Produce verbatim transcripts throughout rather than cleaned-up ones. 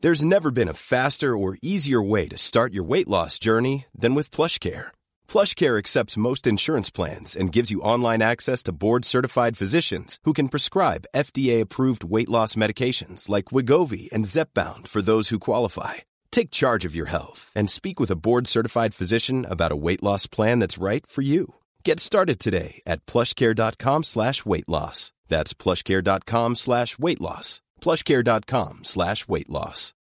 There's never been a faster or easier way to start your weight loss journey than with PlushCare. PlushCare accepts most insurance plans and gives you online access to board-certified physicians who can prescribe F D A-approved weight loss medications like Wegovy and Zepbound for those who qualify. Take charge of your health and speak with a board-certified physician about a weight loss plan that's right for you. Get started today at plushcare.com slash weight loss. That's plushcare.com slash weight loss. plushcare.com slash weight loss.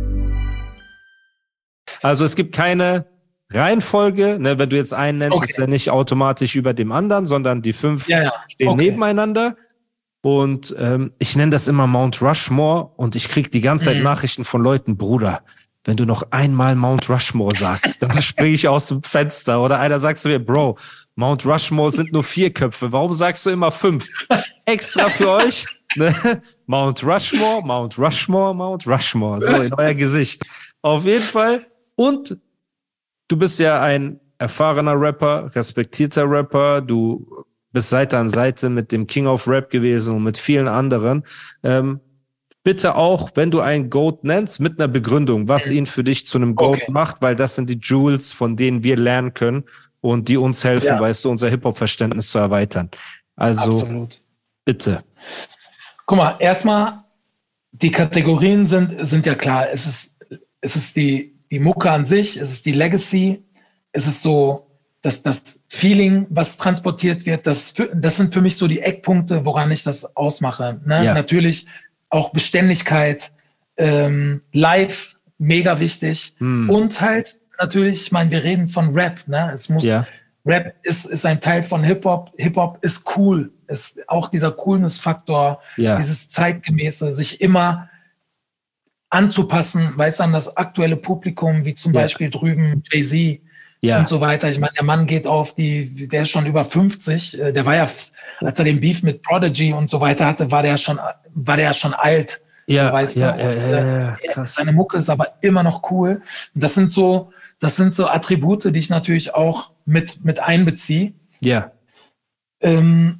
Also es gibt keine Reihenfolge, ne, wenn du jetzt einen nennst, okay. Ist er nicht automatisch über dem anderen, sondern die fünf ja, ja. stehen okay. nebeneinander. Und ähm, ich nenne das immer Mount Rushmore und ich kriege die ganze Zeit mhm. Nachrichten von Leuten, Bruder, wenn du noch einmal Mount Rushmore sagst, dann springe ich aus dem Fenster. Oder einer sagt zu mir, Bro, Mount Rushmore sind nur vier Köpfe, warum sagst du immer fünf? Extra für euch, ne? Mount Rushmore, Mount Rushmore, Mount Rushmore, so in euer Gesicht. Auf jeden Fall. Und du bist ja ein erfahrener Rapper, respektierter Rapper, du bist Seite an Seite mit dem King of Rap gewesen und mit vielen anderen. Ähm, bitte auch, wenn du einen GOAT nennst, mit einer Begründung, was ihn für dich zu einem GOAT okay. macht, weil das sind die Jewels, von denen wir lernen können und die uns helfen, ja. weißt du, unser Hip-Hop-Verständnis zu erweitern. Also, absolut. Bitte. Guck mal, erstmal, die Kategorien sind, sind ja klar. Es ist, es ist die, die Mucke an sich, es ist die Legacy, es ist so, dass das Feeling, was transportiert wird, das, das sind für mich so die Eckpunkte, woran ich das ausmache. Ne? Ja. Natürlich auch Beständigkeit, ähm, live, mega wichtig. Hm. Und halt natürlich, ich meine, wir reden von Rap. Ne? Es muss, ja. Rap ist, ist ein Teil von Hip-Hop. Hip-Hop ist cool. Ist auch dieser Coolness-Faktor, ja. dieses Zeitgemäße, sich immer anzupassen, weißt du, an das aktuelle Publikum, wie zum ja. Beispiel drüben Jay-Z. Ja. Und so weiter. Ich meine, der Mann geht auf die, der ist schon über fünfzig. Der war ja, als er den Beef mit Prodigy und so weiter hatte, war der schon, war der schon alt. Ja, so, weißt ja, du? ja, ja, ja, krass. Seine Mucke ist aber immer noch cool. Und das sind so, das sind so Attribute, die ich natürlich auch mit, mit einbeziehe. Ja. Ähm,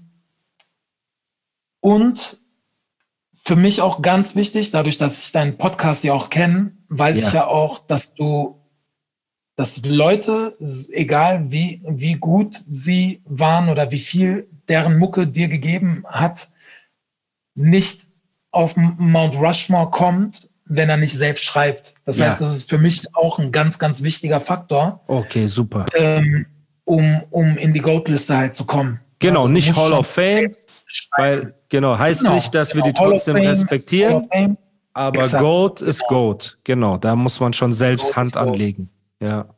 und für mich auch ganz wichtig, dadurch, dass ich deinen Podcast ja auch kenne, weiß ja. ich ja auch, dass du dass Leute, egal wie, wie gut sie waren oder wie viel deren Mucke dir gegeben hat, nicht auf Mount Rushmore kommt, wenn er nicht selbst schreibt. Das ja. heißt, das ist für mich auch ein ganz, ganz wichtiger Faktor. Okay, super. Ähm, um, um in die GOAT-Liste halt zu kommen. Genau, also, nicht Hall of Fame, weil, genau, heißt genau, nicht, dass genau, wir die trotzdem Fame, respektieren, aber Exakt. GOAT ist genau. GOAT. Genau, da muss man schon selbst GOAT Hand anlegen. Ja.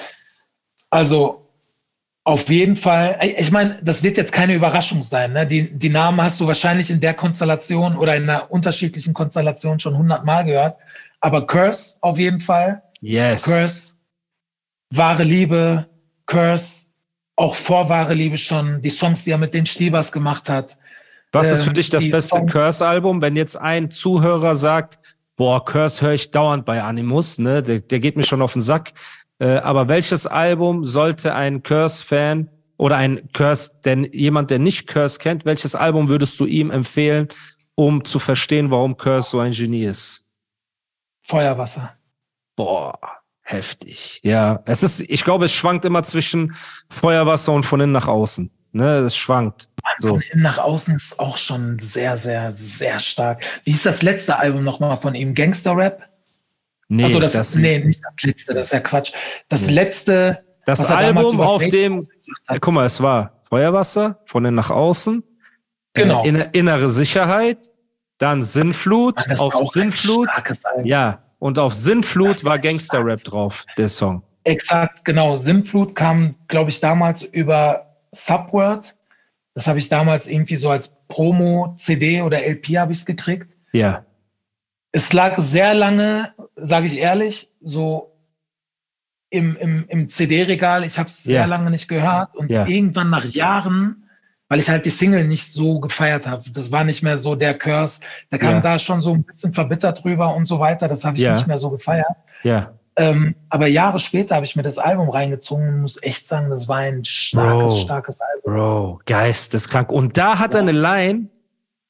Also auf jeden Fall, ich meine, das wird jetzt keine Überraschung sein. Ne? Die, die Namen hast du wahrscheinlich in der Konstellation oder in einer unterschiedlichen Konstellation schon hundertmal gehört. Aber Curse auf jeden Fall. Yes. Curse, wahre Liebe, Curse, auch vor wahre Liebe schon, die Songs, die er mit den Stiebers gemacht hat. Was ähm, ist für dich das beste Curse-Album, wenn jetzt ein Zuhörer sagt, boah, Curse höre ich dauernd bei Animus, ne? Der, der geht mir schon auf den Sack. Äh, aber welches Album sollte ein Curse-Fan oder ein Curse, denn jemand, der nicht Curse kennt, welches Album würdest du ihm empfehlen, um zu verstehen, warum Curse so ein Genie ist? Feuerwasser. Boah, heftig. Ja, es ist, ich glaube, es schwankt immer zwischen Feuerwasser und von innen nach außen. Ne, es schwankt. So. Von innen nach außen ist auch schon sehr, sehr, sehr stark. Wie ist das letzte Album nochmal von ihm? Gangster-Rap? Nee, also das, das nee, nicht das letzte, das ist ja Quatsch. Das nee. letzte... Das Album, auf dem... Äh, guck mal, es war Feuerwasser, von innen nach außen, genau. äh, in, innere Sicherheit, dann Sinnflut, Mann, auf Sinnflut, ja, und auf Sinnflut das war Gangster-Rap drauf, der Song. Exakt, genau. Sinnflut kam, glaube ich, damals über Subword. Das habe ich damals irgendwie so als Promo-C D oder L P habe ich es gekriegt. Ja. Es lag sehr lange, sage ich ehrlich, so im, im, im C D-Regal. Ich habe es sehr ja. lange nicht gehört. Und ja. irgendwann nach Jahren, weil ich halt die Single nicht so gefeiert habe, das war nicht mehr so der Curse. Da kam ja. da schon so ein bisschen verbittert drüber und so weiter. Das habe ich ja. nicht mehr so gefeiert. Ja. Ähm, aber Jahre später habe ich mir das Album reingezogen und muss echt sagen, das war ein starkes, Bro, starkes Album. Bro, geisteskrank. Und da hat ja. er eine Line,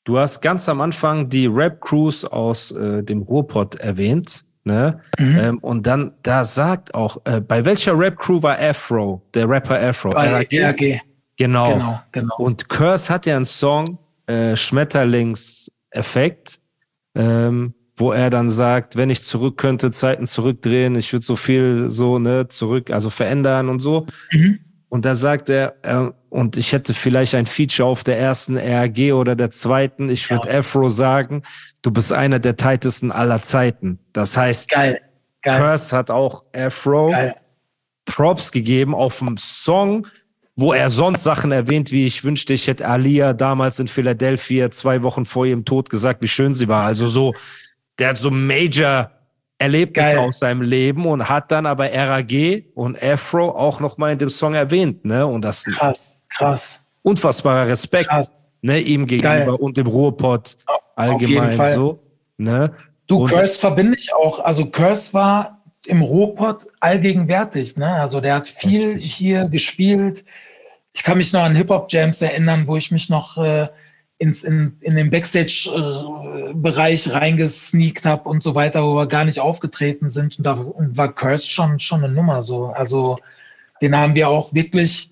du hast ganz am Anfang die Rap-Crews aus äh, dem Ruhrpott erwähnt, ne? Mhm. Ähm, und dann, da sagt auch, äh, bei welcher Rap-Crew war Afro, der Rapper Afro? Bei R A G. R A G. Genau. genau, genau. Und Curse hat ja einen Song, äh, Schmetterlingseffekt, ähm, wo er dann sagt, wenn ich zurück könnte, Zeiten zurückdrehen, ich würde so viel so, ne, zurück, also verändern und so. Mhm. Und da sagt er, äh, und ich hätte vielleicht ein Feature auf der ersten R A G oder der zweiten, ich würde ja. Afro sagen, du bist einer der tightesten aller Zeiten. Das heißt, Geil. Geil. Curse hat auch Afro Geil. Props gegeben auf dem Song, wo er sonst Sachen erwähnt, wie ich wünschte, ich hätte Aaliyah damals in Philadelphia zwei Wochen vor ihrem Tod gesagt, wie schön sie war. Also so, der hat so Major Erlebnisse aus seinem Leben und hat dann aber R A G und Afro auch nochmal in dem Song erwähnt, ne? Und das krass, krass. Unfassbarer Respekt, krass. Ne, ihm gegenüber Geil. Und dem Ruhrpott allgemein so, ne? Du, und Curse verbinde ich auch. Also Curse war im Ruhrpott allgegenwärtig, ne? Also der hat viel Richtig. Hier gespielt. Ich kann mich noch an Hip-Hop-Jams erinnern, wo ich mich noch äh, ins, in, in den Backstage-Bereich reingesneakt habe und so weiter, wo wir gar nicht aufgetreten sind. Und da war Curse schon, schon eine Nummer so. Also den haben wir auch wirklich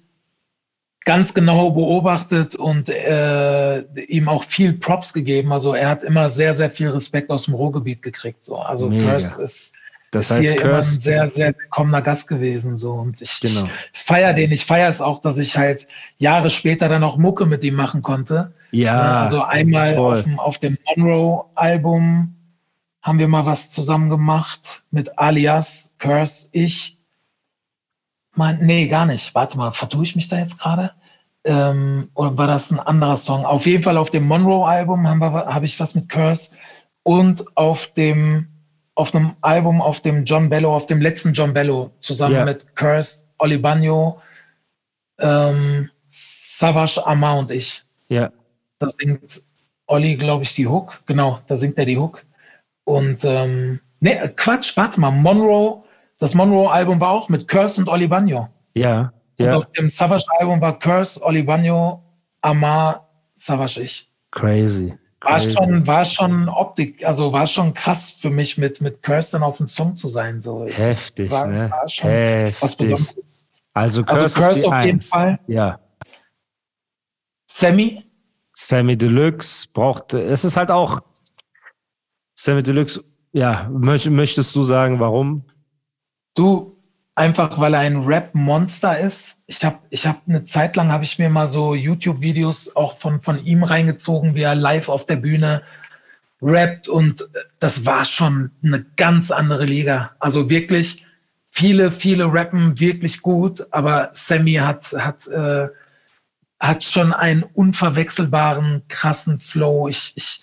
ganz genau beobachtet und äh, ihm auch viel Props gegeben. Also er hat immer sehr, sehr viel Respekt aus dem Ruhrgebiet gekriegt. So. Also Mega. Curse ist, das ist heißt, hier Curse immer ein sehr, sehr willkommener Gast gewesen. So. Und ich, genau. ich feiere den. Ich feiere es auch, dass ich halt Jahre später dann auch Mucke mit ihm machen konnte. Ja. Also einmal auf dem, auf dem Monroe-Album haben wir mal was zusammen gemacht mit Alias, Curse, ich. Mein, nee, gar nicht. Warte mal, vertue ich mich da jetzt gerade? Ähm, oder war das ein anderer Song? Auf jeden Fall auf dem Monroe-Album habe hab ich was mit Curse und auf dem auf einem Album, auf dem John Bello, auf dem letzten John Bello, zusammen yeah. mit Curse, Oli Bagno, ähm, Savage, Amar und ich. Ja. Yeah. Da singt Olli, glaube ich, die Hook. Genau, da singt er die Hook. Und, ähm, nee, Quatsch, warte mal, Monroe, das Monroe-Album war auch mit Curse und Oli Bagno. Ja, ja. Und auf dem Savage-Album war Curse, Oli Bagno, Amar, Savage, ich. Crazy. War schon, war schon Optik, also war schon krass für mich, mit, mit Curse dann auf dem Song zu sein. So. Heftig, war, ne? War schon Heftig. was Besonderes. Also Curse, also Curse auf eins. jeden Fall. Ja. Sammy? Sammy Deluxe braucht, es ist halt auch Sammy Deluxe, ja, möcht, möchtest du sagen, warum? Du, einfach weil er ein Rap-Monster ist. Ich habe ich hab eine Zeit lang, habe ich mir mal so YouTube-Videos auch von, von ihm reingezogen, wie er live auf der Bühne rappt und das war schon eine ganz andere Liga. Also wirklich, viele, viele rappen wirklich gut, aber Sammy hat, hat, äh, hat schon einen unverwechselbaren, krassen Flow. Ich, ich,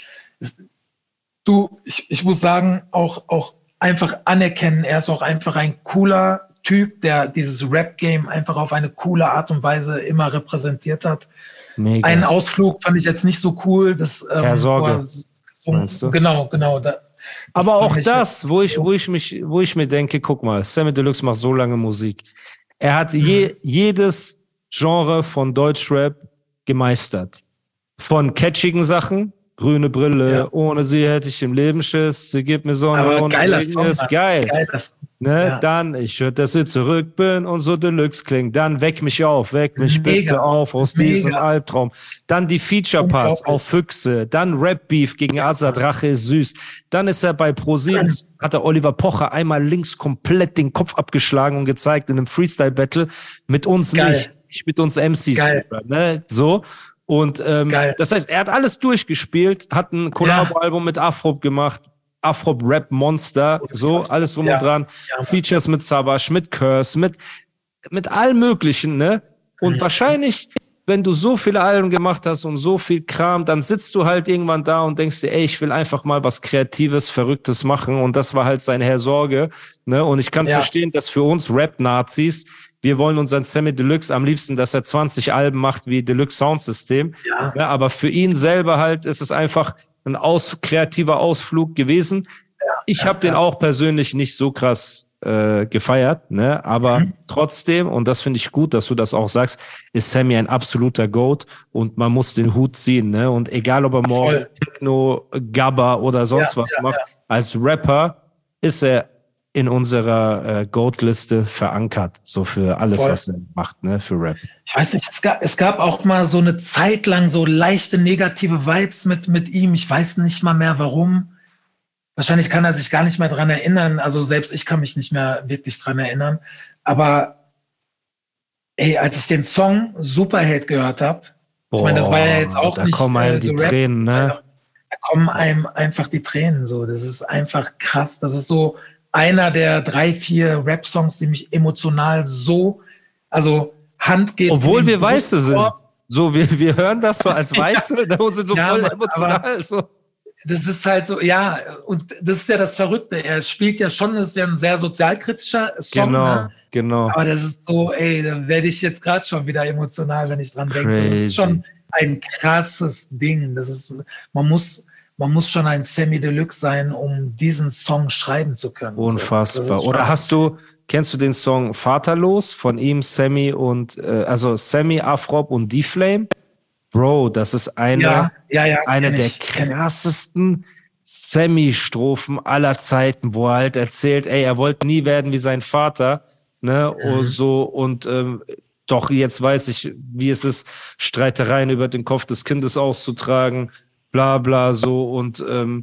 du, ich, ich muss sagen, auch, auch einfach anerkennen, er ist auch einfach ein cooler Typ, der dieses Rap-Game einfach auf eine coole Art und Weise immer repräsentiert hat. Mega. Einen Ausflug fand ich jetzt nicht so cool. Das, ähm, Herr Sorge, so, meinst du? Genau, genau. Da, aber auch das, wo ich, wo ich mich, wo ich mir denke, guck mal, Sammy Deluxe macht so lange Musik. Er hat je, mhm. jedes Genre von Deutschrap gemeistert. Von catchigen Sachen, grüne Brille, ja. ohne sie hätte ich im Leben Schiss, sie gibt mir Sonne, aber ohne geiler Regen Song, ist geil. Geiler Ne, ja. Dann, ich hör, dass ich zurück bin und so Deluxe klingt. Dann weck mich auf, weck mich Mega. bitte auf aus Mega. diesem Albtraum. Dann die Feature-Parts auf Füchse. Dann Rap-Beef gegen Azad, Rache ist süß. Dann ist er bei ProSieben, hat er Oliver Pocher einmal links komplett den Kopf abgeschlagen und gezeigt in einem Freestyle-Battle. Mit uns Geil. nicht, nicht mit uns M Cs. Ne? So. Und ähm, das heißt, er hat alles durchgespielt, hat ein Collabo-Album ja. mit Afrop gemacht, Afro-Rap-Monster, so, alles drum ja. und dran. Ja. Features mit Savage, mit Curse, mit, mit allem Möglichen, ne? Und ja. wahrscheinlich, wenn du so viele Alben gemacht hast und so viel Kram, dann sitzt du halt irgendwann da und denkst dir, ey, ich will einfach mal was Kreatives, Verrücktes machen. Und das war halt sein Herr Sorge, ne? Und ich kann ja. verstehen, dass für uns Rap-Nazis, wir wollen unseren Sammy Deluxe am liebsten, dass er zwanzig Alben macht wie Deluxe Soundsystem. Ja. Ja, aber für ihn selber halt ist es einfach ein aus, kreativer Ausflug gewesen. Ja, ich ja, habe ja. den auch persönlich nicht so krass äh, gefeiert, ne? Aber mhm. trotzdem, und das finde ich gut, dass du das auch sagst, ist Sammy ein absoluter Goat und man muss den Hut ziehen, ne? Und egal, ob er morgen Voll. Techno, Gabba oder sonst ja, was ja, macht, ja. als Rapper ist er in unserer äh, Goat-Liste verankert, so für alles, Voll. Was er macht, ne, für Rap. Ich weiß nicht, es gab, es gab auch mal so eine Zeit lang so leichte negative Vibes mit, mit ihm. Ich weiß nicht mal mehr, warum. Wahrscheinlich kann er sich gar nicht mehr dran erinnern. Also selbst ich kann mich nicht mehr wirklich dran erinnern. Aber ey, als ich den Song Superheld gehört habe, ich meine, das war ja jetzt auch da nicht Da kommen einem äh, die gerappt, Tränen, ne? Da kommen einem einfach die Tränen so. Das ist einfach krass. Das ist so einer der drei, vier Rap-Songs, die mich emotional so, also Hand geht. Obwohl wir Weiße sind. So, wir, wir hören das so als Weiße ja. und sind so ja, voll Mann, emotional. So. Das ist halt so, ja, und das ist ja das Verrückte. Er spielt ja schon, das ist ja ein sehr sozialkritischer Song. Genau, ne? genau. Aber das ist so, ey, da werde ich jetzt gerade schon wieder emotional, wenn ich dran denke. Das ist schon ein krasses Ding. Das ist, man muss, man muss schon ein Sammy Deluxe sein, um diesen Song schreiben zu können. Unfassbar. Oder hast du, kennst du den Song Vaterlos von ihm, Sammy und, äh, also Sammy, Afrop und D-Flame? Bro, das ist eine, ja, ja, ja, eine der ich, krassesten Sammy-Strophen aller Zeiten, wo er halt erzählt, ey, er wollte nie werden wie sein Vater, ne, mhm. und so, und ähm, doch jetzt weiß ich, wie es ist, Streitereien über den Kopf des Kindes auszutragen, bla bla so, und ähm,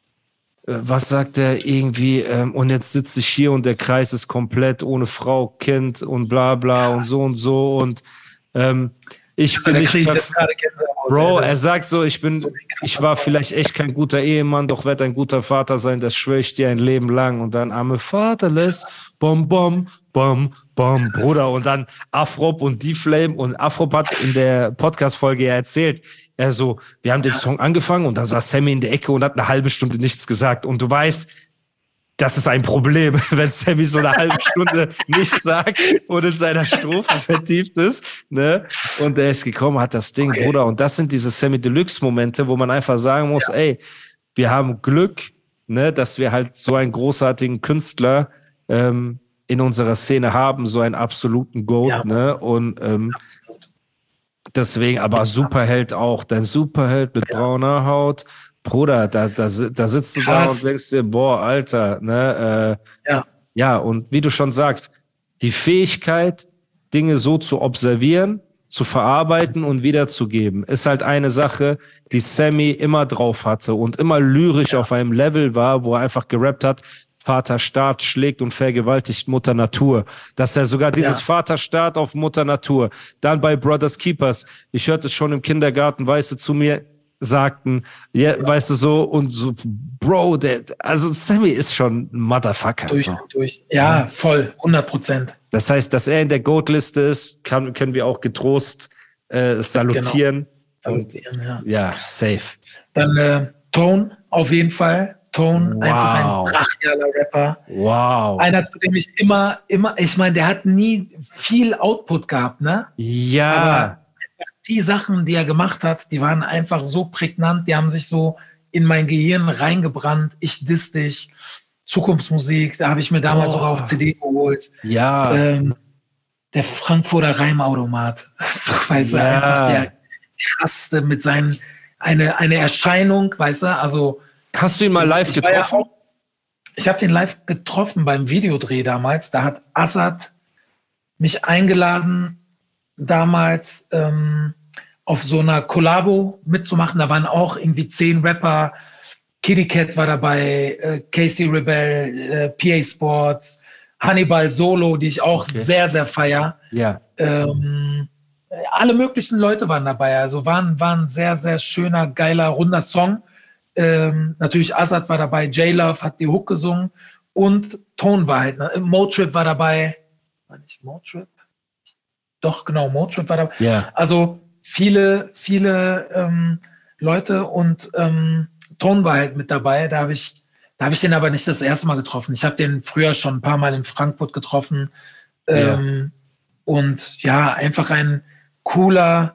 was sagt er irgendwie, ähm, und jetzt sitze ich hier und der Kreis ist komplett ohne Frau, Kind und bla bla und so und so, und ähm, ich also bin nicht mehr, Bro, er sagt so, ich bin, so ich war vielleicht echt kein guter Ehemann, doch werde ein guter Vater sein, das schwöre ich dir ein Leben lang. Und dann arme Vaterless, bom, bom, bom, bom, Bruder. Und dann Afrop und D-Flame. Und Afrop hat in der Podcast-Folge ja erzählt, er so, wir haben den Song angefangen und dann saß Sammy in der Ecke und hat eine halbe Stunde nichts gesagt. Und du weißt, das ist ein Problem, wenn Sammy so eine halbe Stunde nichts sagt und in seiner Strophe vertieft ist, ne? Und er ist gekommen, hat das Ding, okay. Bruder. Und das sind diese Sammy Deluxe-Momente, wo man einfach sagen muss, ja. ey, wir haben Glück, ne, dass wir halt so einen großartigen Künstler ähm, in unserer Szene haben, so einen absoluten Goat, ja. ne? Und ähm, deswegen, aber Superheld auch, dein Superheld mit ja. brauner Haut. Bruder, da, da, da sitzt du Krass. da und denkst dir, boah, Alter, ne, äh, ja. ja, und wie du schon sagst, die Fähigkeit, Dinge so zu observieren, zu verarbeiten und wiederzugeben, ist halt eine Sache, die Sammy immer drauf hatte und immer lyrisch ja. auf einem Level war, wo er einfach gerappt hat, Vaterstaat schlägt und vergewaltigt Mutter Natur. Dass er sogar dieses ja. Vaterstaat auf Mutter Natur, dann bei Brothers Keepers, ich hörte es schon im Kindergarten, weißt du, zu mir, sagten, ja, ja, weißt du, so, und so, Bro, der, also Sammy ist schon ein Motherfucker. Durch so. und durch. Ja, ja, voll, hundert Prozent. Das heißt, dass er in der GOAT-Liste ist, kann, können wir auch getrost äh, salutieren. Genau. Salutieren, ja. Ja, safe. Dann äh, Tone, auf jeden Fall. Tone, wow. einfach ein brachialer Rapper. Wow. Einer, zu dem ich immer, immer, ich meine, der hat nie viel Output gehabt, ne? Ja. Aber die Sachen, die er gemacht hat, die waren einfach so prägnant, die haben sich so in mein Gehirn reingebrannt. Ich diss dich, Zukunftsmusik, da habe ich mir damals oh. sogar auf C D geholt. Ja. Ähm, der Frankfurter Reimautomat. So, weißt ja. du, einfach der krasseste mit seinen, eine, eine Erscheinung, weißt du, also. Hast du ihn mal live getroffen? Ja auch, ich habe den live getroffen beim Videodreh damals. Da hat Assad mich eingeladen, damals ähm, auf so einer Kollabo mitzumachen. Da waren auch irgendwie zehn Rapper. Kitty Cat war dabei, äh, Casey Rebel, äh, P A Sports, Hannibal Solo, die ich auch okay. sehr, sehr feier. Ja. Ähm, alle möglichen Leute waren dabei. Also war ein, war ein sehr, sehr schöner, geiler, runder Song. Ähm, natürlich Assad war dabei, J-Love hat die Hook gesungen und Tone war halt, ne? Motrip war dabei. War nicht Motrip? Doch, genau, Motrip war dabei. Yeah. Also viele, viele ähm, Leute und ähm, Tone war halt mit dabei. Da habe ich, da habe ich den aber nicht das erste Mal getroffen. Ich habe den früher schon ein paar Mal in Frankfurt getroffen. Ähm, yeah. Und ja, einfach ein cooler,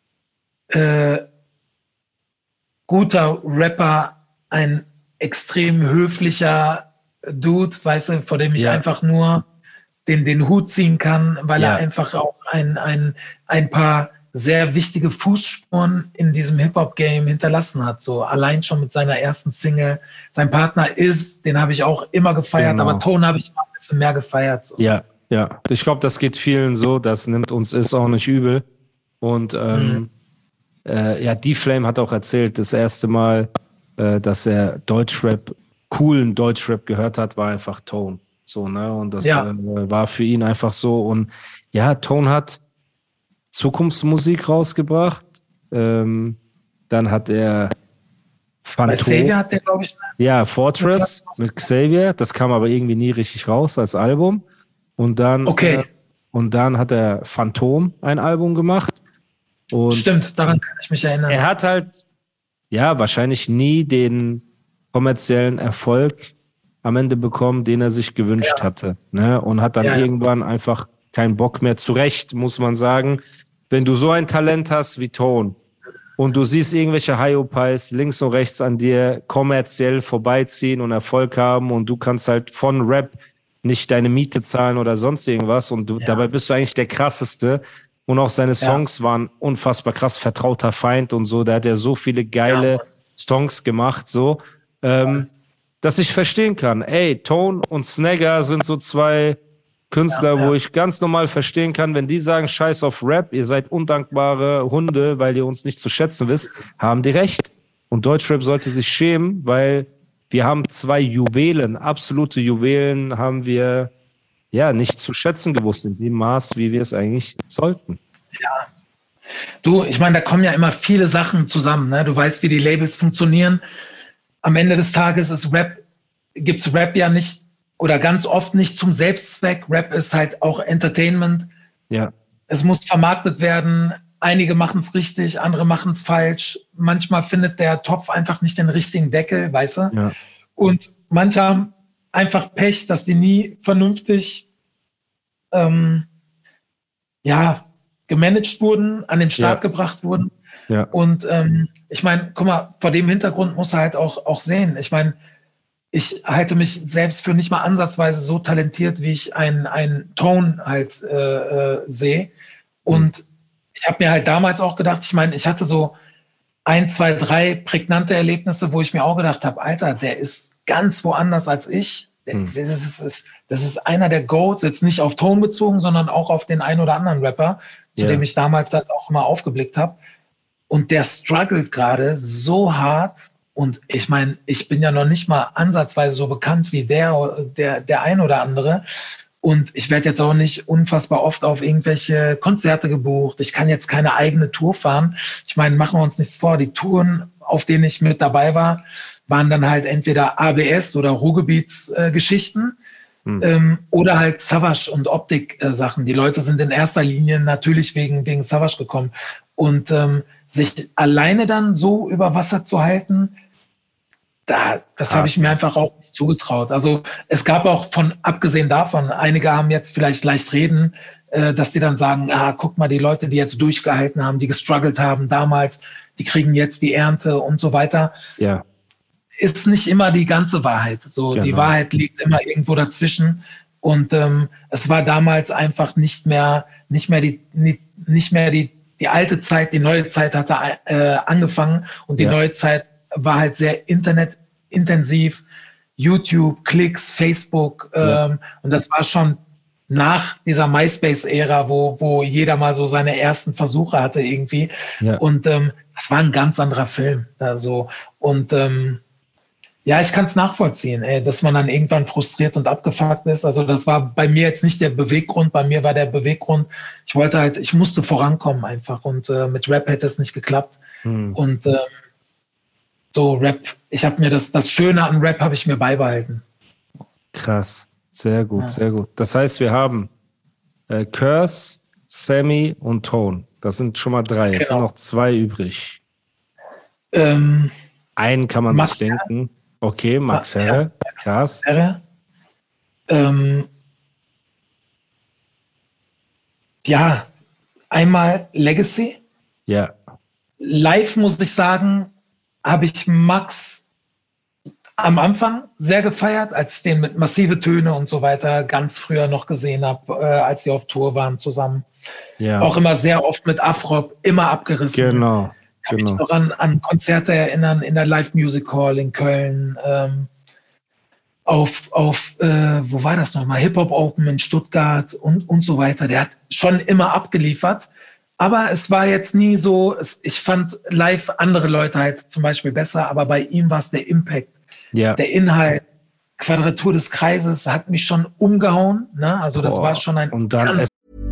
äh, guter Rapper, ein extrem höflicher, Dude, weißt du, vor dem ich ja. einfach nur den, den Hut ziehen kann, weil ja. er einfach auch ein, ein, ein paar sehr wichtige Fußspuren in diesem Hip-Hop-Game hinterlassen hat. So allein schon mit seiner ersten Single. Sein Partner ist, den habe ich auch immer gefeiert, genau. aber Tone habe ich mal ein bisschen mehr gefeiert. So. Ja, ja. Ich glaube, das geht vielen so. Das nimmt uns ist auch nicht übel. Und ähm, mhm. äh, ja, D-Flame hat auch erzählt, das erste Mal, äh, dass er Deutschrap, coolen Deutschrap gehört hat, war einfach Tone. So, ne? Und das ja. äh, war für ihn einfach so. Und ja, Tone hat Zukunftsmusik rausgebracht. Ähm, dann hat er Phantom. Bei Xavier hat der, glaube ich, ja, Fortress mit Xavier. Das kam aber irgendwie nie richtig raus als Album. Und dann, okay. äh, und dann hat er Phantom ein Album gemacht. Und stimmt, daran kann ich mich erinnern. Er hat halt, ja, wahrscheinlich nie den kommerziellen Erfolg am Ende bekommen, den er sich gewünscht ja. hatte. Ne? Und hat dann ja, irgendwann ja. einfach keinen Bock mehr. Zu Recht, muss man sagen. Wenn du so ein Talent hast wie Tone und du siehst irgendwelche Hyopies links und rechts an dir kommerziell vorbeiziehen und Erfolg haben und du kannst halt von Rap nicht deine Miete zahlen oder sonst irgendwas und du, ja. dabei bist du eigentlich der Krasseste und auch seine Songs ja. waren unfassbar krass, Vertrauter Feind und so, da hat er so viele geile ja. Songs gemacht, so, ähm, dass ich verstehen kann, ey, Tone und Snagger sind so zwei Künstler, ja, ja. wo ich ganz normal verstehen kann, wenn die sagen, scheiß auf Rap, ihr seid undankbare Hunde, weil ihr uns nicht zu schätzen wisst, haben die recht. Und Deutschrap sollte sich schämen, weil wir haben zwei Juwelen, absolute Juwelen haben wir ja nicht zu schätzen gewusst, in dem Maß, wie wir es eigentlich sollten. Ja. Du, ich meine, da kommen ja immer viele Sachen zusammen, ne? Du weißt, wie die Labels funktionieren. Am Ende des Tages ist Rap, gibt's Rap ja nicht oder ganz oft nicht zum Selbstzweck. Rap ist halt auch Entertainment. Ja. Es muss vermarktet werden. Einige machen es richtig, andere machen es falsch. Manchmal findet der Topf einfach nicht den richtigen Deckel, weißt du? Ja. Und manche haben einfach Pech, dass die nie vernünftig ähm, ja, gemanagt wurden, an den Start ja. gebracht wurden. Ja. Und ähm, ich meine, guck mal, vor dem Hintergrund muss er halt auch, auch sehen. Ich meine, ich halte mich selbst für nicht mal ansatzweise so talentiert, wie ich einen, einen Tone halt äh, äh, sehe. Und mhm. ich habe mir halt damals auch gedacht, ich meine, ich hatte so ein, zwei, drei prägnante Erlebnisse, wo ich mir auch gedacht habe, Alter, der ist ganz woanders als ich. Mhm. Das, ist, ist, das ist einer der Goats, jetzt nicht auf Tone bezogen, sondern auch auf den einen oder anderen Rapper, zu yeah. dem ich damals halt auch immer aufgeblickt habe. Und der struggelt gerade so hart. Und ich meine, ich bin ja noch nicht mal ansatzweise so bekannt wie der, der, der ein oder andere. Und ich werde jetzt auch nicht unfassbar oft auf irgendwelche Konzerte gebucht. Ich kann jetzt keine eigene Tour fahren. Ich meine, machen wir uns nichts vor. Die Touren, auf denen ich mit dabei war, waren dann halt entweder A B S oder Ruhrgebietsgeschichten äh, hm. ähm, oder halt Savage und Optik-Sachen. Äh, Die Leute sind in erster Linie natürlich wegen, wegen Savage gekommen. Und ähm, sich alleine dann so über Wasser zu halten, da, das habe ich mir einfach auch nicht zugetraut. Also es gab auch von, abgesehen davon, einige haben jetzt vielleicht leicht reden, äh, dass die dann sagen, ah, guck mal, die Leute, die jetzt durchgehalten haben, die gestruggelt haben damals, die kriegen jetzt die Ernte und so weiter. Ja. Ist nicht immer die ganze Wahrheit. So, genau. Die Wahrheit liegt immer irgendwo dazwischen. Und ähm, es war damals einfach nicht mehr, nicht mehr die, nicht, nicht mehr die Die alte Zeit, die neue Zeit hatte äh, angefangen und die ja. neue Zeit war halt sehr internetintensiv, YouTube, Klicks, Facebook ähm, ja. und das war schon nach dieser MySpace-Ära, wo, wo jeder mal so seine ersten Versuche hatte irgendwie ja. und ähm, das war ein ganz anderer Film. Also, und ähm, ja, ich kann es nachvollziehen, ey, dass man dann irgendwann frustriert und abgefuckt ist. Also das war bei mir jetzt nicht der Beweggrund. Bei mir war der Beweggrund, ich wollte halt, ich musste vorankommen einfach. Und äh, mit Rap hätte es nicht geklappt. Hm. Und äh, so Rap, ich habe mir das, das Schöne an Rap habe ich mir beibehalten. Krass, sehr gut, ja. sehr gut. Das heißt, wir haben äh, Curse, Sammy und Tone. Das sind schon mal drei. Jetzt genau. sind noch zwei übrig. Ähm, Einen kann man Max sich denken. Okay, Max Herre, ja, krass. Herre. Ähm, ja, einmal Legacy. Ja. Live muss ich sagen, habe ich Max am Anfang sehr gefeiert, als ich den mit Massive Töne und so weiter ganz früher noch gesehen habe, äh, als sie auf Tour waren zusammen. Ja. Auch immer sehr oft mit Afrock, immer abgerissen. Genau. Kann genau. mich noch an, an Konzerte erinnern, in der Live Music Hall in Köln, ähm, auf, auf äh, wo war das nochmal, Hip-Hop Open in Stuttgart und, und so weiter. Der hat schon immer abgeliefert, aber es war jetzt nie so, es, ich fand live andere Leute halt zum Beispiel besser, aber bei ihm war es der Impact, ja. der Inhalt, Quadratur des Kreises hat mich schon umgehauen, ne? Also das Boah. war schon ein und dann ganz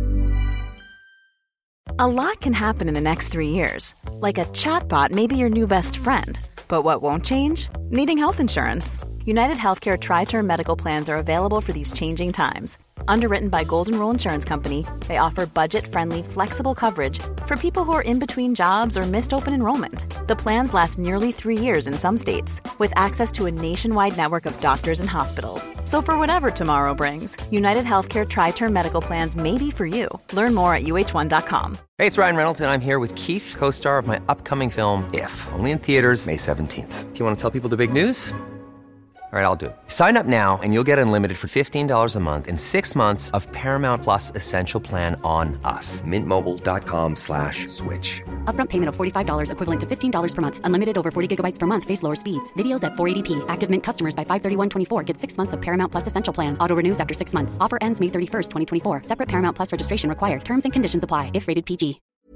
A lot can happen in the next three years. Like a chatbot may be your new best friend. But what won't change? Needing health insurance. United Healthcare Tri-Term Medical Plans are available for these changing times. Underwritten by Golden Rule Insurance Company, they offer budget-friendly, flexible coverage for people who are in between jobs or missed open enrollment. The plans last nearly three years in some states, with access to a nationwide network of doctors and hospitals. So for whatever tomorrow brings, United Healthcare Tri-Term Medical Plans may be for you. Learn more at U H one dot com. Hey, it's Ryan Reynolds, and I'm here with Keith, co-star of my upcoming film, If, only in theaters May seventeenth. Do you want to tell people the big news? All right, I'll do it. Sign up now and you'll get unlimited for fifteen dollars a month and six months of Paramount Plus Essential Plan on us. Mint Mobile dot com slash switch. Upfront payment of forty-five dollars equivalent to fifteen dollars per month. Unlimited over forty gigabytes per month. Face lower speeds. Videos at four eighty p. Active Mint customers by five thirty-one twenty-four get six months of Paramount Plus Essential Plan. Auto renews after six months. Offer ends May thirty-first, twenty twenty-four. Separate Paramount Plus registration required. Terms and conditions apply if rated P G.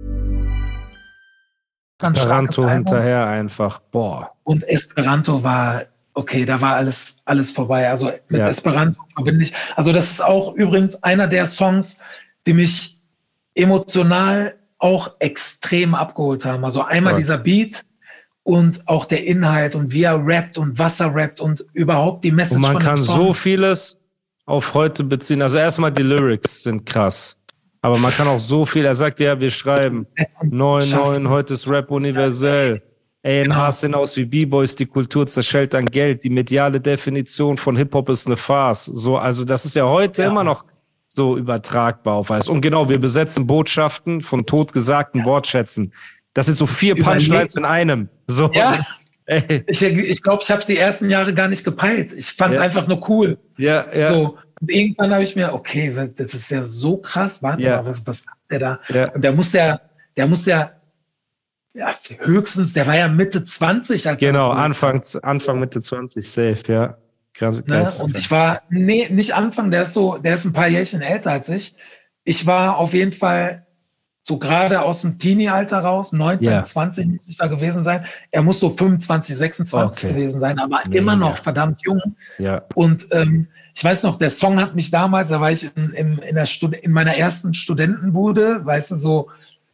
Esperanto hinterher einfach. Boah. Und Esperanto war... Okay, da war alles, alles vorbei. Also mit ja. Esperanto verbinde ich. Also das ist auch übrigens einer der Songs, die mich emotional auch extrem abgeholt haben. Also einmal ja. dieser Beat und auch der Inhalt und wie er rappt und was er rappt und überhaupt die Message von dem Song. Und man kann so vieles auf heute beziehen. Also erstmal die Lyrics sind krass. Aber man kann auch so viel, er sagt ja, wir schreiben neun neun, heute ist Rap universell. A N H sehen aus wie B-Boys, die Kultur zerschellt an Geld, die mediale Definition von Hip-Hop ist eine Farce. So, also das ist ja heute ja. immer noch so übertragbar auf alles. Und genau, wir besetzen Botschaften von totgesagten ja. Wortschätzen. Das sind so vier Punchlines in einem. So. Ja, ey. ich glaube, ich, glaub, ich habe es die ersten Jahre gar nicht gepeilt. Ich fand es ja. einfach nur cool. Ja, ja. So. Und irgendwann habe ich mir, okay, das ist ja so krass, warte ja. mal, was, was sagt der da? Ja. Und der muss ja, der muss ja Ja, höchstens, der war ja Mitte zwanzig. Als genau, Anfang, Anfang, Mitte zwanzig, safe, ja. Krass, krass. Ne? Und ich war, nee, nicht Anfang, der ist so, der ist ein paar Jährchen älter als ich. Ich war auf jeden Fall so gerade aus dem Teenie-Alter raus, neunzehn, yeah. zwanzig muss ich da gewesen sein. Er muss so fünfundzwanzig, sechsundzwanzig okay. gewesen sein, aber nee, immer noch ja. verdammt jung. Ja. Und ähm, ich weiß noch, der Song hat mich damals, da war ich in, in, in, der Stud- in meiner ersten Studentenbude, weißt du, so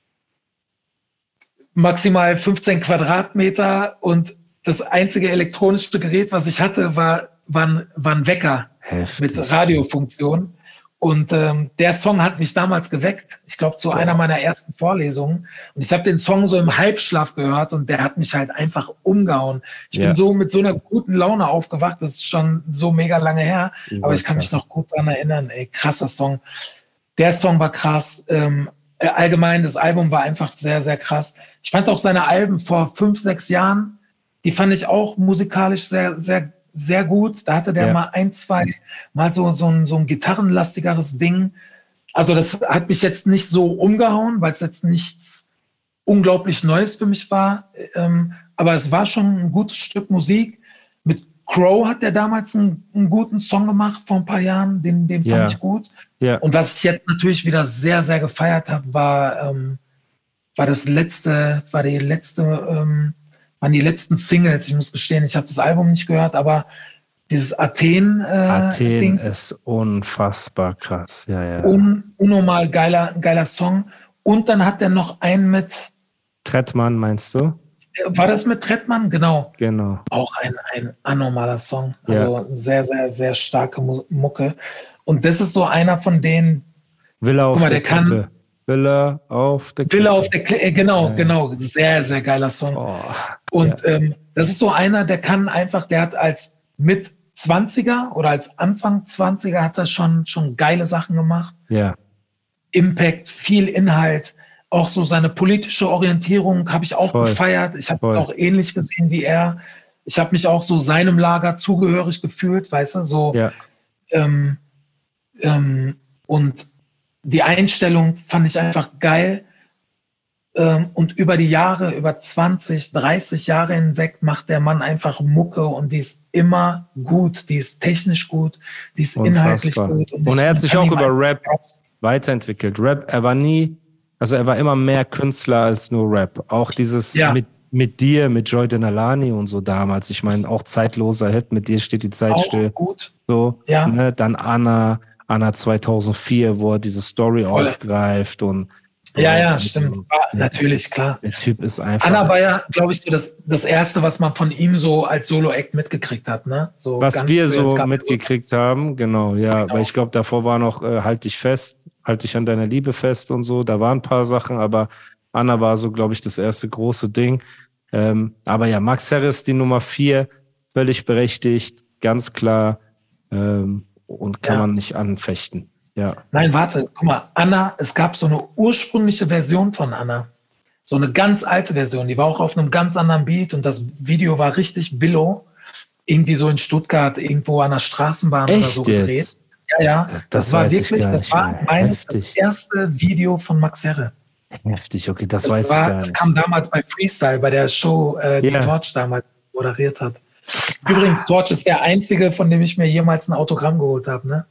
maximal fünfzehn Quadratmeter und das einzige elektronische Gerät, was ich hatte, war, war, ein, war ein Wecker Heftig. mit Radiofunktion. Und ähm, der Song hat mich damals geweckt, ich glaube, zu Boah. einer meiner ersten Vorlesungen. Und ich habe den Song so im Halbschlaf gehört und der hat mich halt einfach umgehauen. Ich ja. bin so mit so einer guten Laune aufgewacht, das ist schon so mega lange her, ja, aber ich kann krass. mich noch gut daran erinnern. Ey, krasser Song. Der Song war krass. Ähm, allgemein, das Album war einfach sehr, sehr krass. Ich fand auch seine Alben vor fünf, sechs Jahren, die fand ich auch musikalisch sehr, sehr sehr gut. Da hatte der ja. mal ein, zwei, mal so, so, ein, so ein gitarrenlastigeres Ding. Also das hat mich jetzt nicht so umgehauen, weil es jetzt nichts unglaublich Neues für mich war. Ähm, aber es war schon ein gutes Stück Musik. Mit Crow hat der damals einen, einen guten Song gemacht vor ein paar Jahren. Den, den fand ja. ich gut. Ja. Und was ich jetzt natürlich wieder sehr, sehr gefeiert habe, war, ähm, war das letzte, war die letzte, ähm, waren die letzten Singles. Ich muss gestehen, ich habe das Album nicht gehört, aber dieses Athen äh, Athen Ding, ist unfassbar krass. Ja, ja. Un, unnormal geiler, geiler Song. Und dann hat er noch einen mit Trettmann, meinst du? War das mit Trettmann? Genau. Genau. Auch ein, ein anormaler Song. Also ja. sehr, sehr, sehr starke Mucke. Und das ist so einer von denen, Villa auf guck mal, der der kann Klippe. Villa auf der Klippe. Villa auf der Klippe, genau, ja. genau. Sehr, sehr geiler Song. Oh, und ja. ähm, das ist so einer, der kann einfach, der hat als mit zwanziger oder als Anfang zwanziger hat er schon, schon geile Sachen gemacht. Ja. Impact, viel Inhalt, auch so seine politische Orientierung habe ich auch Voll. gefeiert. Ich habe es auch ähnlich gesehen wie er. ich habe mich auch so seinem Lager zugehörig gefühlt, weißt du, so. Ja. Ähm, ähm, und die Einstellung fand ich einfach geil. Ähm, und über die Jahre, über zwanzig, dreißig Jahre hinweg macht der Mann einfach Mucke und die ist immer gut, die ist technisch gut, die ist Unfassbar. inhaltlich gut. Und, und er hat sich auch über Rap weiterentwickelt. Rap, er war nie, also er war immer mehr Künstler als nur Rap. Auch dieses ja. mit, mit dir, mit Joy Denalani und so damals. Ich meine, auch zeitloser Hit, mit dir steht die Zeit auch still. Gut. So, ja. ne? Dann Anna, Anna zweitausendvier, wo er diese Story Voll. aufgreift und Ja, ja, stimmt. So, war, natürlich, klar. Der Typ ist einfach. Anna war ja, glaube ich, so das, das Erste, was man von ihm so als Solo-Act mitgekriegt hat, ne? So was ganz wir so mitgekriegt so. haben, genau, ja. Genau. Weil ich glaube, davor war noch äh, Halt dich fest, halt dich an deiner Liebe fest und so. Da waren ein paar Sachen, aber Anna war so, glaube ich, das erste große Ding. Ähm, aber ja, Max Harris, die Nummer vier, völlig berechtigt, ganz klar ähm, und kann ja. man nicht anfechten. Ja. Nein, warte, guck mal, Anna, es gab so eine ursprüngliche Version von Anna. So eine ganz alte Version, die war auch auf einem ganz anderen Beat und das Video war richtig billow. Irgendwie so in Stuttgart, irgendwo an der Straßenbahn Echt oder so gedreht. Jetzt? Ja, ja, das, das, das war wirklich, das nicht war mehr. mein Heftig. das erste Video von Max Herre. Heftig, okay, das, das weiß war, ich gar nicht. Das kam damals bei Freestyle, bei der Show, äh, die yeah. Torch damals moderiert hat. Übrigens, Torch ist der einzige, von dem ich mir jemals ein Autogramm geholt habe, ne?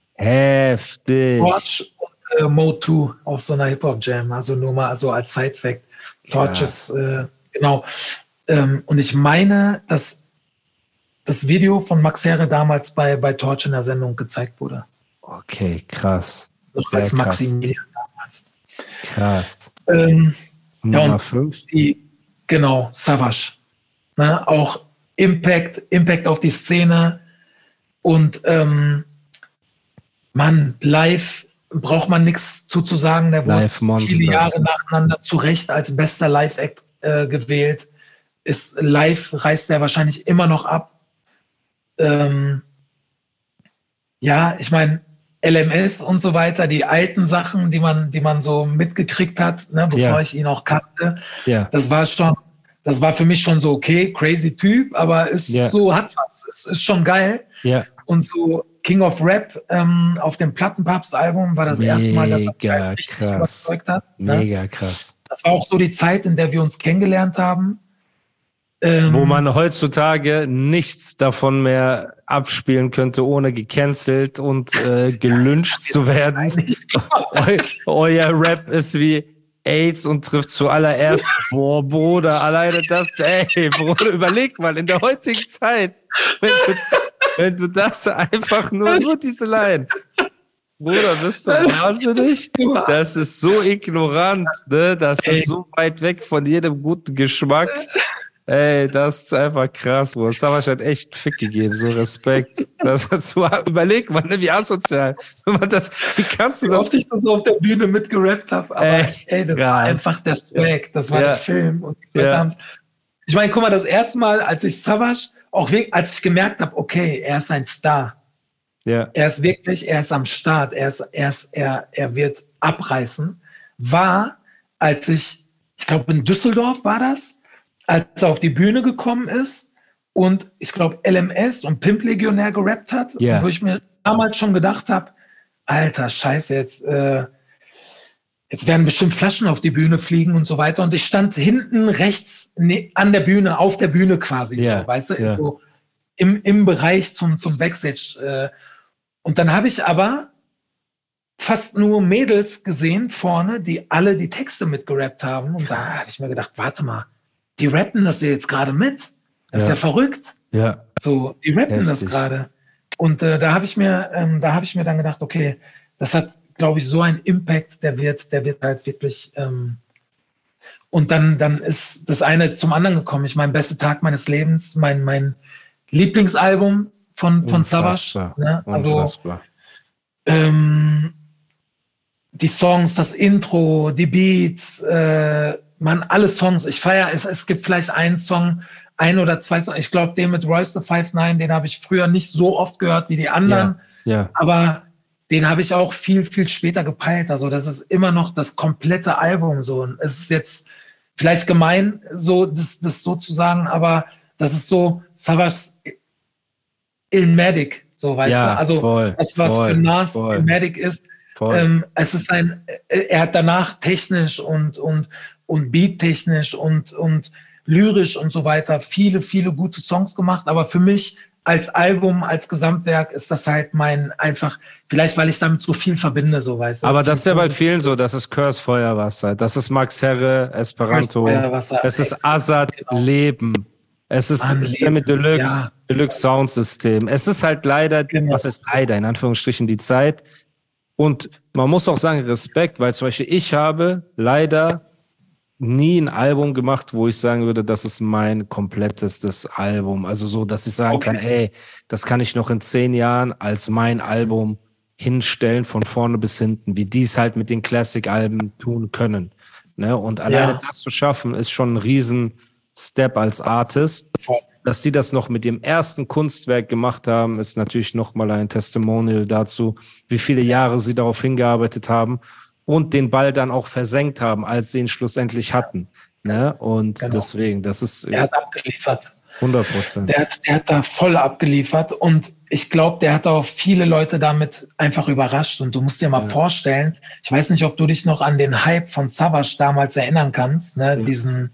Heftig. Torch und äh, Mo zwei auf so einer Hip-Hop-Jam, also nur mal so als Side-Fact. Torch ist, äh, genau. Ähm, und ich meine, dass das Video von Max Herre damals bei, bei Torch in der Sendung gezeigt wurde. Okay, krass. Noch als Maximilian damals. Krass. Ähm, Nummer ja, fünf. Die, genau, Savage. Ne, auch Impact, Impact auf die Szene und ähm, Mann, live braucht man nichts zuzusagen. Der wurde viele Jahre nacheinander zu Recht als bester Live-Act äh, gewählt. Ist live, reißt er wahrscheinlich immer noch ab. Ähm, ja, ich meine, L M S und so weiter, die alten Sachen, die man, die man so mitgekriegt hat, ne, bevor ja. ich ihn auch kannte, ja. das war schon, das war für mich schon so, okay, crazy Typ, aber ist ja. so, hat was, es ist schon geil. Ja. Und so King of Rap ähm, auf dem Plattenpapst-Album war das Mega erste Mal, dass er mich halt richtig krass. überzeugt hat. Mega ne? krass. Das war auch so die Zeit, in der wir uns kennengelernt haben. Ähm, Wo man heutzutage nichts davon mehr abspielen könnte, ohne gecancelt und äh, gelyncht zu werden. Eu, euer Rap ist wie AIDS und trifft zuallererst, boah, Bruder, alleine das, ey, Bruder, überleg mal, in der heutigen Zeit, wenn du, wenn du das einfach nur, nur diese Line, Bruder, bist du wahnsinnig? Das ist so ignorant, ne? Das ist so weit weg von jedem guten Geschmack. Ey, das ist einfach krass, Bruder. Savage hat echt Fick gegeben, so Respekt. Das hat so, überleg mal, ne, wie asozial. Wenn man das, wie kannst du wie das? Wie oft ich das auf der Bühne mitgerappt habe, aber ey, ey, das krass. war einfach der Swag, das war ja. der Film. Und die ja. Ich meine, guck mal, das erste Mal, als ich Savage, auch wirklich, als ich gemerkt habe, okay, er ist ein Star. Ja. Er ist wirklich, er ist am Start, er ist, er ist, er, er wird abreißen, war, als ich, ich glaube in Düsseldorf war das, als er auf die Bühne gekommen ist und ich glaube L M S und Pimp Legionär gerappt hat, yeah. wo ich mir damals schon gedacht habe, alter Scheiße, jetzt, äh, jetzt werden bestimmt Flaschen auf die Bühne fliegen und so weiter. Und ich stand hinten rechts ne, an der Bühne, auf der Bühne quasi, yeah. so, weißt du, yeah. so im, im Bereich zum, zum Backstage. Äh, und dann habe ich aber fast nur Mädels gesehen vorne, die alle die Texte mitgerappt haben. Und Krass. Da habe ich mir gedacht, warte mal, die rappen das ja jetzt gerade mit. Das ja. ist ja verrückt. Ja. So, die rappen Heftig. Das gerade. Und äh, da habe ich mir, ähm, da habe ich mir dann gedacht, okay, das hat, glaube ich, so einen Impact, der wird, der wird halt wirklich. Ähm und dann, dann ist das eine zum anderen gekommen. Ich meine, beste Tag meines Lebens, mein, mein Lieblingsalbum von, von Savage. Ne? Also Unfassbar. Ähm, die Songs, das Intro, die Beats, äh, man, alle Songs, ich feiere, es, es gibt vielleicht einen Song, ein oder zwei Songs, ich glaube, den mit Royce the five nine, den habe ich früher nicht so oft gehört wie die anderen, ja, ja. aber den habe ich auch viel, viel später gepeilt, also das ist immer noch das komplette Album so, es ist jetzt vielleicht gemein, so das, das so zu sagen, aber das ist so Savage Illmatic, so weißt ja, du. Also voll, das, was voll, für Nas voll. Illmatic ist, ähm, es ist ein, er hat danach technisch und, und, und beattechnisch und, und lyrisch und so weiter viele, viele gute Songs gemacht, aber für mich als Album, als Gesamtwerk ist das halt mein einfach, vielleicht weil ich damit so viel verbinde, so weißt du. Aber das ist ja bei vielen so, das ist Curse Feuerwasser, das ist Max Herre, Esperanto, es ist Azad genau. Leben, es ist Sammy Deluxe, ja. Deluxe Soundsystem. Es ist halt leider, genau. was ist leider, in Anführungsstrichen, die Zeit. Und man muss auch sagen, Respekt, weil zum Beispiel ich habe leider nie ein Album gemacht, wo ich sagen würde, das ist mein komplettestes Album. Also so, dass ich sagen okay. kann, ey, das kann ich noch in zehn Jahren als mein Album hinstellen, von vorne bis hinten, wie die es halt mit den Classic-Alben tun können. Ne? Und alleine ja. das zu schaffen, ist schon ein riesen Step als Artist. Dass die das noch mit dem ersten Kunstwerk gemacht haben, ist natürlich nochmal ein Testimonial dazu, wie viele Jahre sie darauf hingearbeitet haben und den Ball dann auch versenkt haben, als sie ihn schlussendlich hatten. Ne? Und genau. deswegen, das ist... Er hat abgeliefert. hundert Prozent. Der hat, der hat da voll abgeliefert und ich glaube, der hat auch viele Leute damit einfach überrascht. Und du musst dir mal ja. vorstellen, ich weiß nicht, ob du dich noch an den Hype von Savage damals erinnern kannst, ne? Ja. Diesen...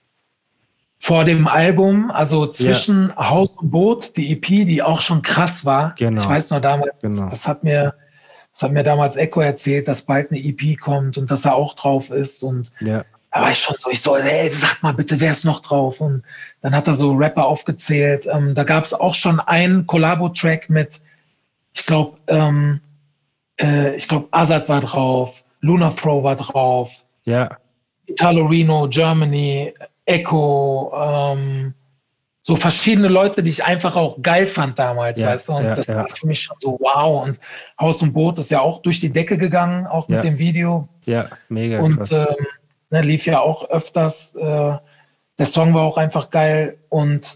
Vor dem Album, also zwischen ja. Haus und Boot, die E P, die auch schon krass war. Genau. Ich weiß noch damals, genau. das, das, hat mir, das hat mir damals Echo erzählt, dass bald eine E P kommt und dass er auch drauf ist. Und ja. da war ich schon so, ich so, ey, sag mal bitte, wer ist noch drauf? Und dann hat er so Rapper aufgezählt. Ähm, da gab es auch schon einen Collabo-Track mit, ich glaube, ähm, äh, ich glaube, Azad war drauf, Lunafro war drauf, ja. Italo Reno, Germany, Echo, ähm, so verschiedene Leute, die ich einfach auch geil fand damals, ja, weißt du, und ja, das ja. war für mich schon so wow, und Haus und Boot ist ja auch durch die Decke gegangen, auch mit ja. dem Video. Ja, mega und ähm, ne, lief ja auch öfters, äh, der Song war auch einfach geil und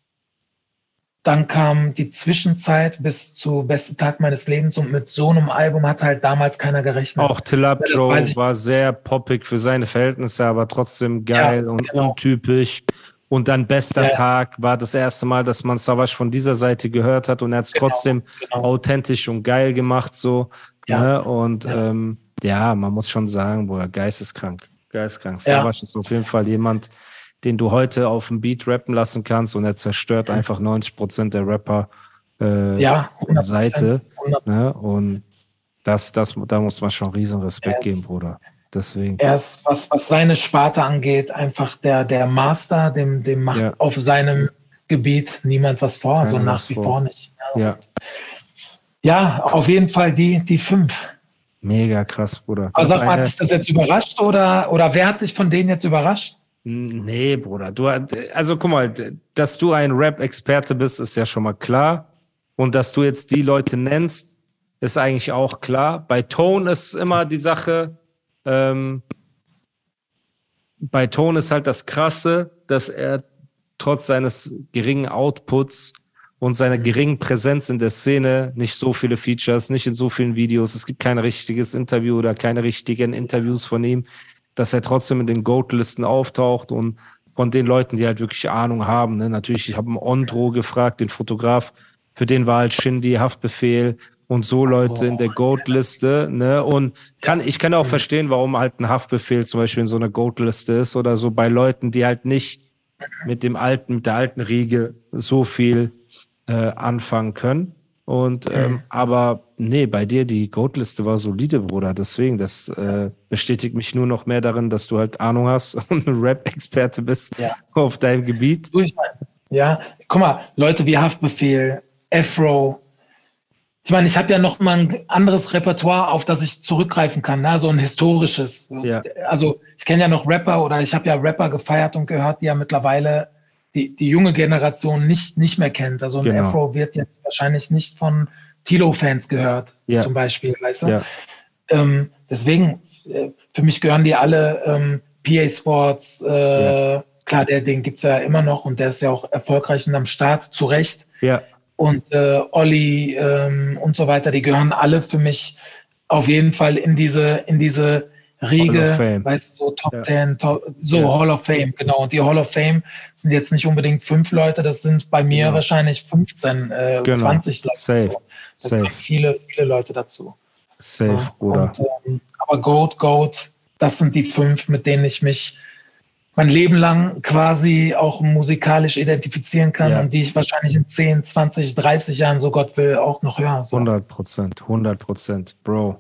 dann kam die Zwischenzeit bis zu Beste Tag meines Lebens und mit so einem Album hat halt damals keiner gerechnet. Auch Tillab Joe war sehr poppig für seine Verhältnisse, aber trotzdem geil ja, und genau. untypisch. Und dann Bester ja. Tag war das erste Mal, dass man Savage von dieser Seite gehört hat und er hat es genau, trotzdem genau. authentisch und geil gemacht. So, ja. ne? Und ja. Ähm, ja, man muss schon sagen, Bruder, geisteskrank. Geisteskrank. Ja. Savage ist auf jeden Fall jemand, den du heute auf dem Beat rappen lassen kannst und er zerstört mhm. einfach neunzig Prozent der Rapper äh, ja, Seite. Ne? Und das, das, da muss man schon riesen Respekt geben, Bruder. Deswegen. Er ist, was, was seine Sparte angeht, einfach der, der Master, dem, dem macht ja. auf seinem Gebiet niemand was vor, also nach wie vor, vor nicht. Ja. Ja. ja, auf jeden Fall die, die fünf. Mega krass, Bruder. Aber sag mal, hat dich das jetzt überrascht oder, oder wer hat dich von denen jetzt überrascht? Nee, Bruder. Du, also guck mal, dass du ein Rap-Experte bist, ist ja schon mal klar. Und dass du jetzt die Leute nennst, ist eigentlich auch klar. Bei Tone ist immer die Sache, ähm, bei Tone ist halt das Krasse, dass er trotz seines geringen Outputs und seiner geringen Präsenz in der Szene nicht so viele Features, nicht in so vielen Videos, es gibt kein richtiges Interview oder keine richtigen Interviews von ihm, dass er trotzdem in den Goat-Listen auftaucht und von den Leuten, die halt wirklich Ahnung haben. Ne? Natürlich, ich habe einen Ondro gefragt, den Fotograf, für den war halt Shindy, Haftbefehl und so Leute oh. in der Goat-Liste. Ne? Und kann, ich kann auch verstehen, warum halt ein Haftbefehl zum Beispiel in so einer Goat-Liste ist oder so bei Leuten, die halt nicht mit dem alten, mit der alten Riege so viel äh, anfangen können. Und ähm, mhm. aber nee, bei dir die Goat-Liste war solide, Bruder. Deswegen, das äh, bestätigt mich nur noch mehr darin, dass du halt Ahnung hast und ein Rap-Experte bist ja. auf deinem Gebiet. Ja, guck mal, Leute wie Haftbefehl, Afro. Ich meine, ich habe ja noch mal ein anderes Repertoire, auf das ich zurückgreifen kann, ne? So ein historisches. Ja. Also ich kenne ja noch Rapper oder ich habe ja Rapper gefeiert und gehört, die ja mittlerweile die, die junge Generation nicht, nicht mehr kennt. Also ein genau. Afro wird jetzt wahrscheinlich nicht von Tilo-Fans gehört, ja. zum Beispiel, weißt du? Ja. Ähm, deswegen, äh, für mich gehören die alle ähm, P A Sports, äh, ja. klar, der, den gibt's ja immer noch und der ist ja auch erfolgreich und am Start, zu Recht. Ja. Und äh, Olli ähm, und so weiter, die gehören alle für mich auf jeden Fall in diese, in diese Riege, weißt du, so Top ja. Ten, top, so ja. Hall of Fame, genau. Und die Hall of Fame sind jetzt nicht unbedingt fünf Leute, das sind bei mir ja. wahrscheinlich fünfzehn, äh, genau. zwanzig Leute. Safe. So. Da Safe. Viele, viele Leute dazu. Safe, ja. Bruder. Und, ähm, aber Goat, Goat, das sind die fünf, mit denen ich mich mein Leben lang quasi auch musikalisch identifizieren kann ja. und die ich wahrscheinlich in zehn, zwanzig, dreißig Jahren, so Gott will, auch noch höre. So. hundert Prozent, hundert Prozent, Bro.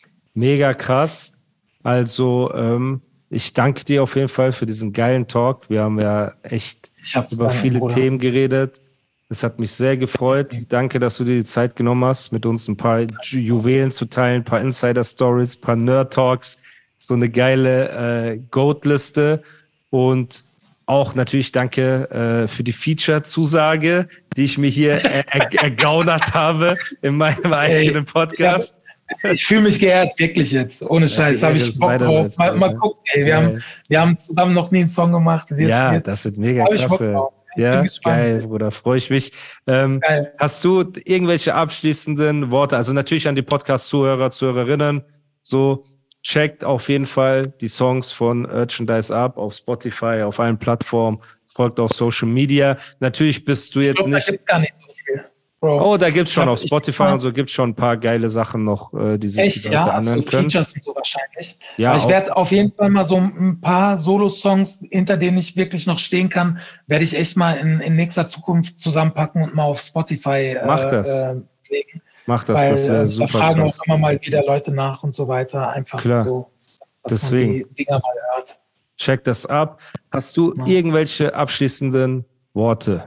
Mega krass. Also, ähm, ich danke dir auf jeden Fall für diesen geilen Talk. Wir haben ja echt über viele Bruder. Themen geredet. Es hat mich sehr gefreut. Okay. Danke, dass du dir die Zeit genommen hast, mit uns ein paar Juwelen zu teilen, ein paar Insider-Stories, ein paar Nerd-Talks, so eine geile äh, Goat-Liste. Und auch natürlich danke äh, für die Feature-Zusage, die ich mir hier er- er- ergaunert habe in meinem eigenen Podcast. Ich, ich fühle mich geehrt, wirklich jetzt. Ohne Scheiß, ja, habe ich Bock drauf. Mal, mal gucken, ey. Wir, ja. haben, wir haben zusammen noch nie einen Song gemacht. Wir, ja, jetzt, das wird mega klasse. Ja, geil, Bruder, freue ich mich. Ähm, hast du irgendwelche abschließenden Worte? Also natürlich an die Podcast-Zuhörer, Zuhörerinnen, so checkt auf jeden Fall die Songs von Urchandise ab auf Spotify, auf allen Plattformen, folgt auf Social Media. Natürlich bist du ich jetzt glaub, nicht... Da gibt's gar nicht so viel. Bro. Oh, da gibt's schon auf Spotify und so gibt's schon ein paar geile Sachen noch, die sich Echt, die Leute ja? anhören also können. Features und so wahrscheinlich. Ja, Aber ich werde auf jeden Fall mal so ein paar Solo-Songs, hinter denen ich wirklich noch stehen kann, werde ich echt mal in, in nächster Zukunft zusammenpacken und mal auf Spotify Mach das. äh, legen. Mach das, Weil, das wäre äh, super. Da fragen krass. auch immer mal wieder Leute nach und so weiter. Einfach Klar. so, dass Deswegen. man die Dinger mal hört. Check das ab. Hast du ja. irgendwelche abschließenden Worte?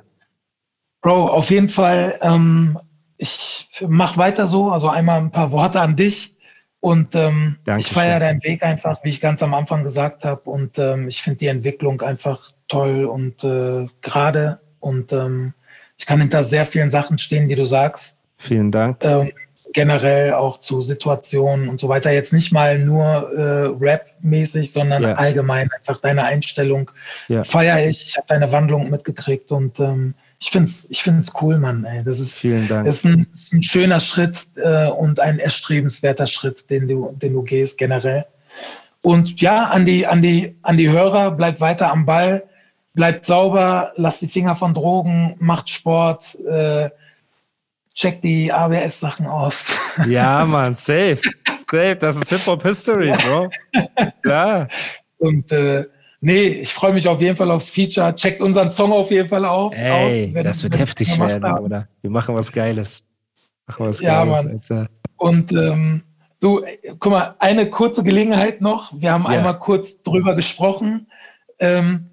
Bro, auf jeden Fall, ähm, ich mach weiter so. Also einmal ein paar Worte an dich. Und ähm, ich feiere deinen Weg einfach, wie ich ganz am Anfang gesagt habe. Und ähm, ich finde die Entwicklung einfach toll und äh, gerade. Und ähm, ich kann hinter sehr vielen Sachen stehen, die du sagst. Vielen Dank. Ähm, generell auch zu Situationen und so weiter. Jetzt nicht mal nur äh, Rap-mäßig, sondern ja. allgemein einfach deine Einstellung. Ja. Feiere ich. Ich habe deine Wandlung mitgekriegt und ähm, ich finde es ich find's cool, Mann. Ey. Das ist, Vielen Dank. ist, ein, ist ein schöner Schritt äh, und ein erstrebenswerter Schritt, den du, den du gehst generell. Und ja, an die, an die, an die Hörer, bleibt weiter am Ball, bleibt sauber, lasst die Finger von Drogen, macht Sport, äh, checkt die A B S-Sachen aus. Ja, Mann, safe. Safe, das ist Hip-Hop-History, Bro. Klar. Und äh, nee, ich freue mich auf jeden Fall aufs Feature. Checkt unseren Song auf jeden Fall auf, Ey, aus. Wenn, das wird heftig werden, haben. Oder? Wir machen was Geiles. Machen was ja, Geiles, Mann. Alter. Und ähm, du, guck mal, eine kurze Gelegenheit noch. Wir haben ja. einmal kurz drüber gesprochen. Ähm,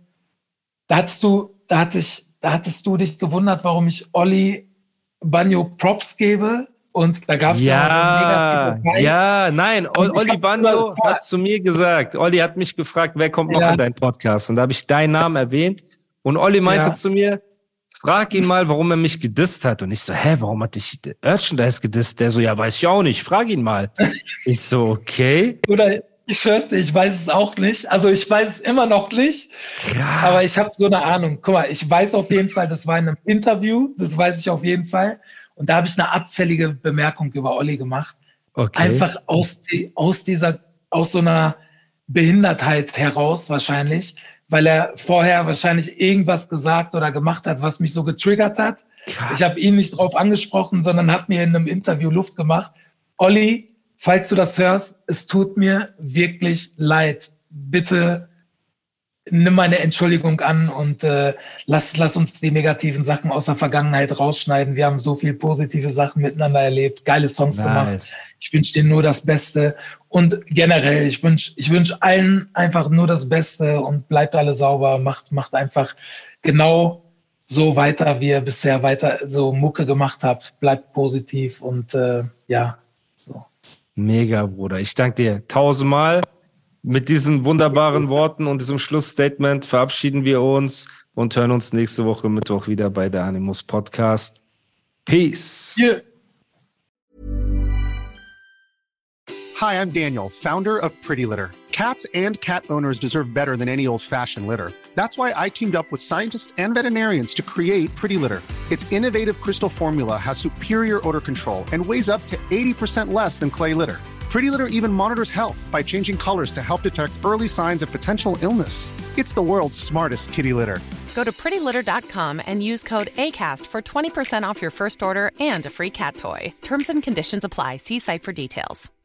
da hattest du, da hatte ich, da hattest du dich gewundert, warum ich Olli Banjo Props gebe. Und da gab es ja, ja so ein negative Ja, nein, o- Olli Banjo hat zu mir gesagt, Olli hat mich gefragt, wer kommt noch ja. in deinen Podcast? Und da habe ich deinen Namen erwähnt. Und Olli meinte ja. zu mir, frag ihn mal, warum er mich gedisst hat. Und ich so, hä, warum hat dich Urchandise gedisst? Der so, ja, weiß ich auch nicht, frag ihn mal. Ich so, okay. Oder ich schwör's dir, ich weiß es auch nicht. Also ich weiß es immer noch nicht. Krass. Aber ich habe so eine Ahnung. Guck mal, ich weiß auf jeden Fall, das war in einem Interview, das weiß ich auf jeden Fall. Und da habe ich eine abfällige Bemerkung über Olli gemacht. Okay. Einfach aus, die, aus dieser, aus so einer Behindertheit heraus wahrscheinlich, weil er vorher wahrscheinlich irgendwas gesagt oder gemacht hat, was mich so getriggert hat. Krass. Ich habe ihn nicht drauf angesprochen, sondern habe mir in einem Interview Luft gemacht. Olli, falls du das hörst, es tut mir wirklich leid. Bitte nimm meine Entschuldigung an und äh, lass, lass uns die negativen Sachen aus der Vergangenheit rausschneiden. Wir haben so viel positive Sachen miteinander erlebt, geile Songs nice. gemacht. Ich wünsche dir nur das Beste. Und generell, ich wünsche ich wünsch allen einfach nur das Beste und bleibt alle sauber. Macht, macht einfach genau so weiter, wie ihr bisher weiter so Mucke gemacht habt. Bleibt positiv und äh, ja, so. Mega, Bruder. Ich danke dir tausendmal. Mit diesen wunderbaren Worten und diesem Schlussstatement verabschieden wir uns und hören uns nächste Woche Mittwoch wieder bei der Animus Podcast. Peace. Yeah. Hi, I'm Daniel, founder of Pretty Litter. Cats and cat owners deserve better than any old-fashioned litter. That's why I teamed up with scientists and veterinarians to create Pretty Litter. Its innovative crystal formula has superior odor control and weighs up to eighty percent less than clay litter. Pretty Litter even monitors health by changing colors to help detect early signs of potential illness. It's the world's smartest kitty litter. Go to pretty litter dot com and use code ACAST for twenty percent off your first order and a free cat toy. Terms and conditions apply. See site for details.